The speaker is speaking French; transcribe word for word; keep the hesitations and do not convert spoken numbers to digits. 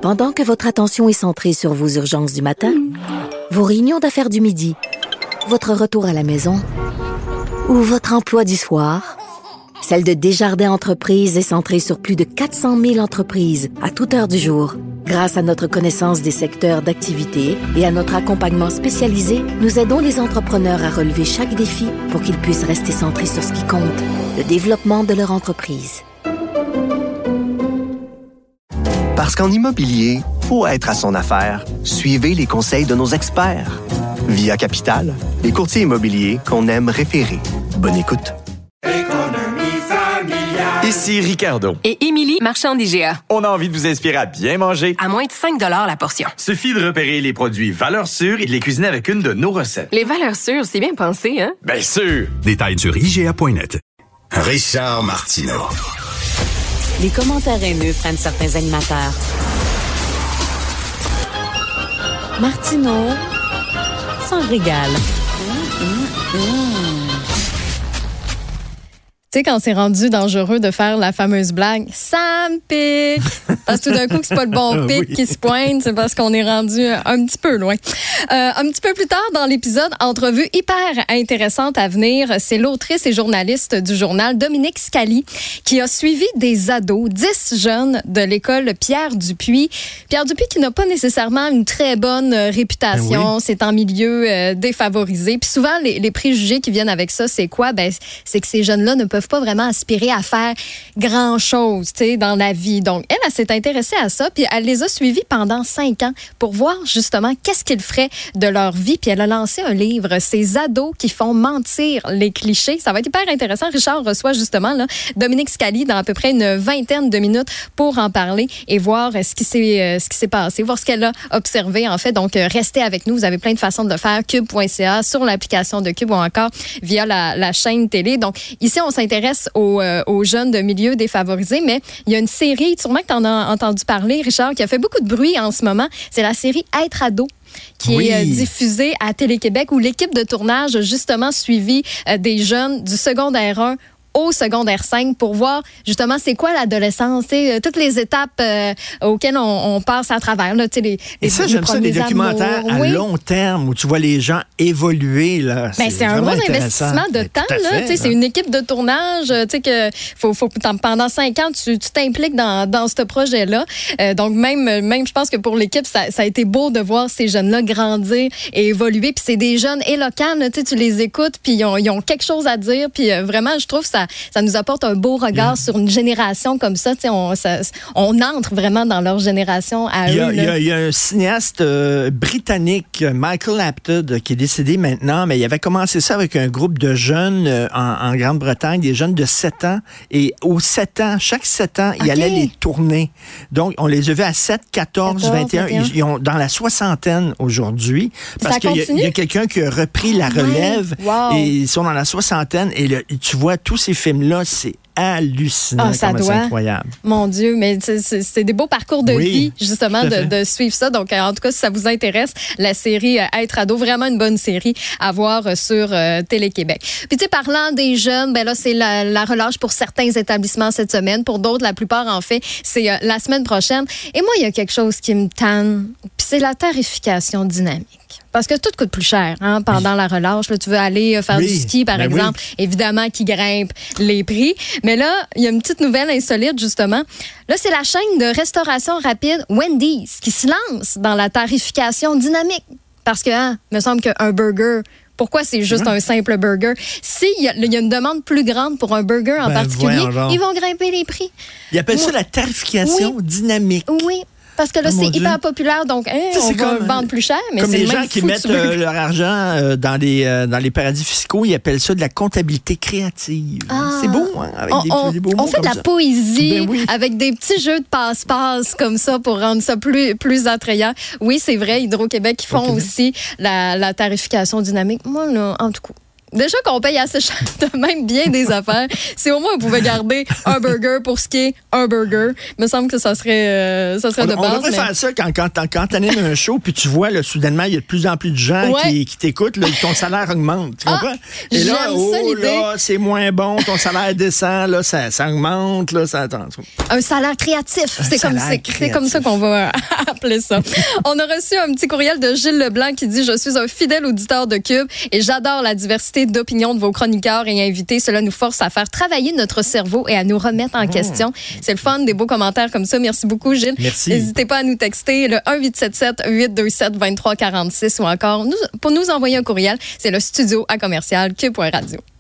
Pendant que votre attention est centrée sur vos urgences du matin, vos réunions d'affaires du midi, votre retour à la maison ou votre emploi du soir, celle de Desjardins Entreprises est centrée sur plus de quatre cent mille entreprises à toute heure du jour. Grâce à notre connaissance des secteurs d'activité et à notre accompagnement spécialisé, nous aidons les entrepreneurs à relever chaque défi pour qu'ils puissent rester centrés sur ce qui compte, le développement de leur entreprise. Parce qu'en immobilier, faut être à son affaire. Suivez les conseils de nos experts. Via Capital, les courtiers immobiliers qu'on aime référer. Bonne écoute. Ici Ricardo. Et Émilie, marchand d'I G A. On a envie de vous inspirer à bien manger. À moins de cinq dollars la portion. Suffit de repérer les produits valeurs sûres et de les cuisiner avec une de nos recettes. Les valeurs sûres, c'est bien pensé, hein? Bien sûr! Détails sur I G A point net. Richard Martineau. Les commentaires haineux prennent certains animateurs. Martineau s'en régale. Mmh, mmh, mmh. Tu sais, quand c'est rendu dangereux de faire la fameuse blague « ça me pique », parce que tout d'un coup, que c'est pas le bon pic oui. qui se pointe, c'est parce qu'on est rendu un petit peu loin. Euh, un petit peu plus tard dans l'épisode, entrevue hyper intéressante à venir, c'est l'autrice et journaliste du journal Dominique Scali qui a suivi des ados, dix jeunes de l'école Pierre Dupuis. Pierre Dupuis qui n'a pas nécessairement une très bonne réputation, oui. c'est en milieu euh, défavorisé. Puis souvent, les, les préjugés qui viennent avec ça, c'est quoi? Ben, c'est que ces jeunes-là ne peuvent pas vraiment aspirer à faire grand-chose, tu sais, dans la vie. Donc, elle, elle s'est intéressée à ça, puis elle les a suivis pendant cinq ans pour voir justement qu'est-ce qu'ils feraient de leur vie. Puis elle a lancé un livre, Ces ados qui font mentir les clichés. Ça va être hyper intéressant. Richard reçoit justement là, Dominique Scali dans à peu près une vingtaine de minutes pour en parler et voir ce qui s'est, ce qui s'est passé, voir ce qu'elle a observé en fait. Donc, restez avec nous. Vous avez plein de façons de le faire. Cube point C A, sur l'application de Cube ou encore via la, la chaîne télé. Donc, ici, on s'intéresse intéresse aux, euh, aux jeunes de milieux défavorisés, mais il y a une série, sûrement que tu en as entendu parler, Richard, qui a fait beaucoup de bruit en ce moment. C'est la série Être ado, qui oui. est euh, diffusée à Télé-Québec, où l'équipe de tournage a justement suivi euh, des jeunes du secondaire un au secondaire cinq pour voir justement c'est quoi l'adolescence, euh, toutes les étapes euh, auxquelles on, on passe à travers. Là, les, les, Et ça, j'aime ça, des documentaires amours. à oui. long terme où tu vois les gens évoluer. Là. Ben, c'est, c'est un gros investissement de temps. Là, fait, c'est une équipe de tournage. Que faut, faut, pendant cinq ans, tu, tu t'impliques dans, dans ce projet-là. Euh, donc, même, même, je pense que pour l'équipe, ça, ça a été beau de voir ces jeunes-là grandir et évoluer. Puis c'est des jeunes éloquents. Là, tu les écoutes, puis ils ont, ils ont quelque chose à dire. Puis euh, vraiment, je trouve que ça Ça nous apporte un beau regard mmh. sur une génération comme ça. On, ça. on entre vraiment dans leur génération à il y a, eux. Il y, a, il y a un cinéaste euh, britannique, Michael Apted, qui est décédé maintenant, mais il avait commencé ça avec un groupe de jeunes euh, en, en Grande-Bretagne, des jeunes de sept ans. Et aux sept ans, chaque sept ans, okay. il allait les tourner. Donc, on les a vus à sept, quatorze, vingt et un. Ils, ils ont dans la soixantaine aujourd'hui. Parce qu'il y a, il y a quelqu'un qui a repris la relève. Ouais. Wow. Et ils sont dans la soixantaine. Et le, tu vois tous ces films-là, c'est hallucinant. Ah, ça doit. C'est incroyable. Mon Dieu, mais c'est, c'est, c'est des beaux parcours de oui, vie, justement, de, de suivre ça. Donc, en tout cas, si ça vous intéresse, la série Être ado, vraiment une bonne série à voir sur euh, Télé-Québec. Puis, tu sais, parlant des jeunes, ben là, c'est la, la relâche pour certains établissements cette semaine. Pour d'autres, la plupart, en fait, c'est euh, la semaine prochaine. Et moi, il y a quelque chose qui me tanne, puis c'est la tarification dynamique. Parce que tout coûte plus cher hein, pendant oui. la relâche. Là, tu veux aller faire oui. du ski, par ben exemple. Oui. Évidemment, qui grimpe les prix. Mais là, il y a une petite nouvelle insolite, justement. Là, c'est la chaîne de restauration rapide Wendy's qui se lance dans la tarification dynamique. Parce que, hein, il me semble qu'un burger... Pourquoi c'est juste un simple burger? S'il y, y a une demande plus grande pour un burger en ben, particulier, ils vont grimper les prix. Ils appellent oui. ça la tarification oui. dynamique. Oui. Parce que là, oh, c'est hyper Dieu. populaire, donc hein, on va comme, vendre plus cher. Mais comme c'est les le gens même qui mettent euh, leur argent euh, dans, les, euh, dans les paradis fiscaux, ils appellent ça de la comptabilité créative. Ah. C'est beau, hein? Avec on, des, on, des beaux on mots fait de la ça. poésie ben oui. avec des petits jeux de passe-passe comme ça pour rendre ça plus, plus attrayant. Oui, c'est vrai, Hydro-Québec, ils font okay. aussi la, la tarification dynamique. Moi, là, en tout cas, Déjà qu'on paye assez cher de même bien des affaires, si au moins on pouvait garder un burger pour ce qui est un burger, il me semble que ça serait, euh, ça serait on, de base. On devrait mais... faire ça quand, quand, quand tu animes un show, puis tu vois, là, soudainement, il y a de plus en plus de gens ouais. qui, qui t'écoutent, là, ton salaire augmente. Tu comprends? Ah, Et là, j'aime oh ça, l'idée. là, c'est moins bon, ton salaire descend, là, ça, ça augmente, là, ça attend. Un salaire créatif. Un c'est, comme, salaire c'est, créatif. c'est comme ça qu'on va appeler ça. On a reçu un petit courriel de Gilles Leblanc qui dit « Je suis un fidèle auditeur de Cube et j'adore la diversité d'opinions de vos chroniqueurs et invités. Cela nous force à faire travailler notre cerveau et à nous remettre en oh. question. » C'est le fun, des beaux commentaires comme ça. Merci beaucoup, Gilles. Merci. N'hésitez pas à nous texter le un huit sept sept huit deux sept deux trois quatre six ou encore nous, pour nous envoyer un courriel, c'est le studio à commercial cube point radio.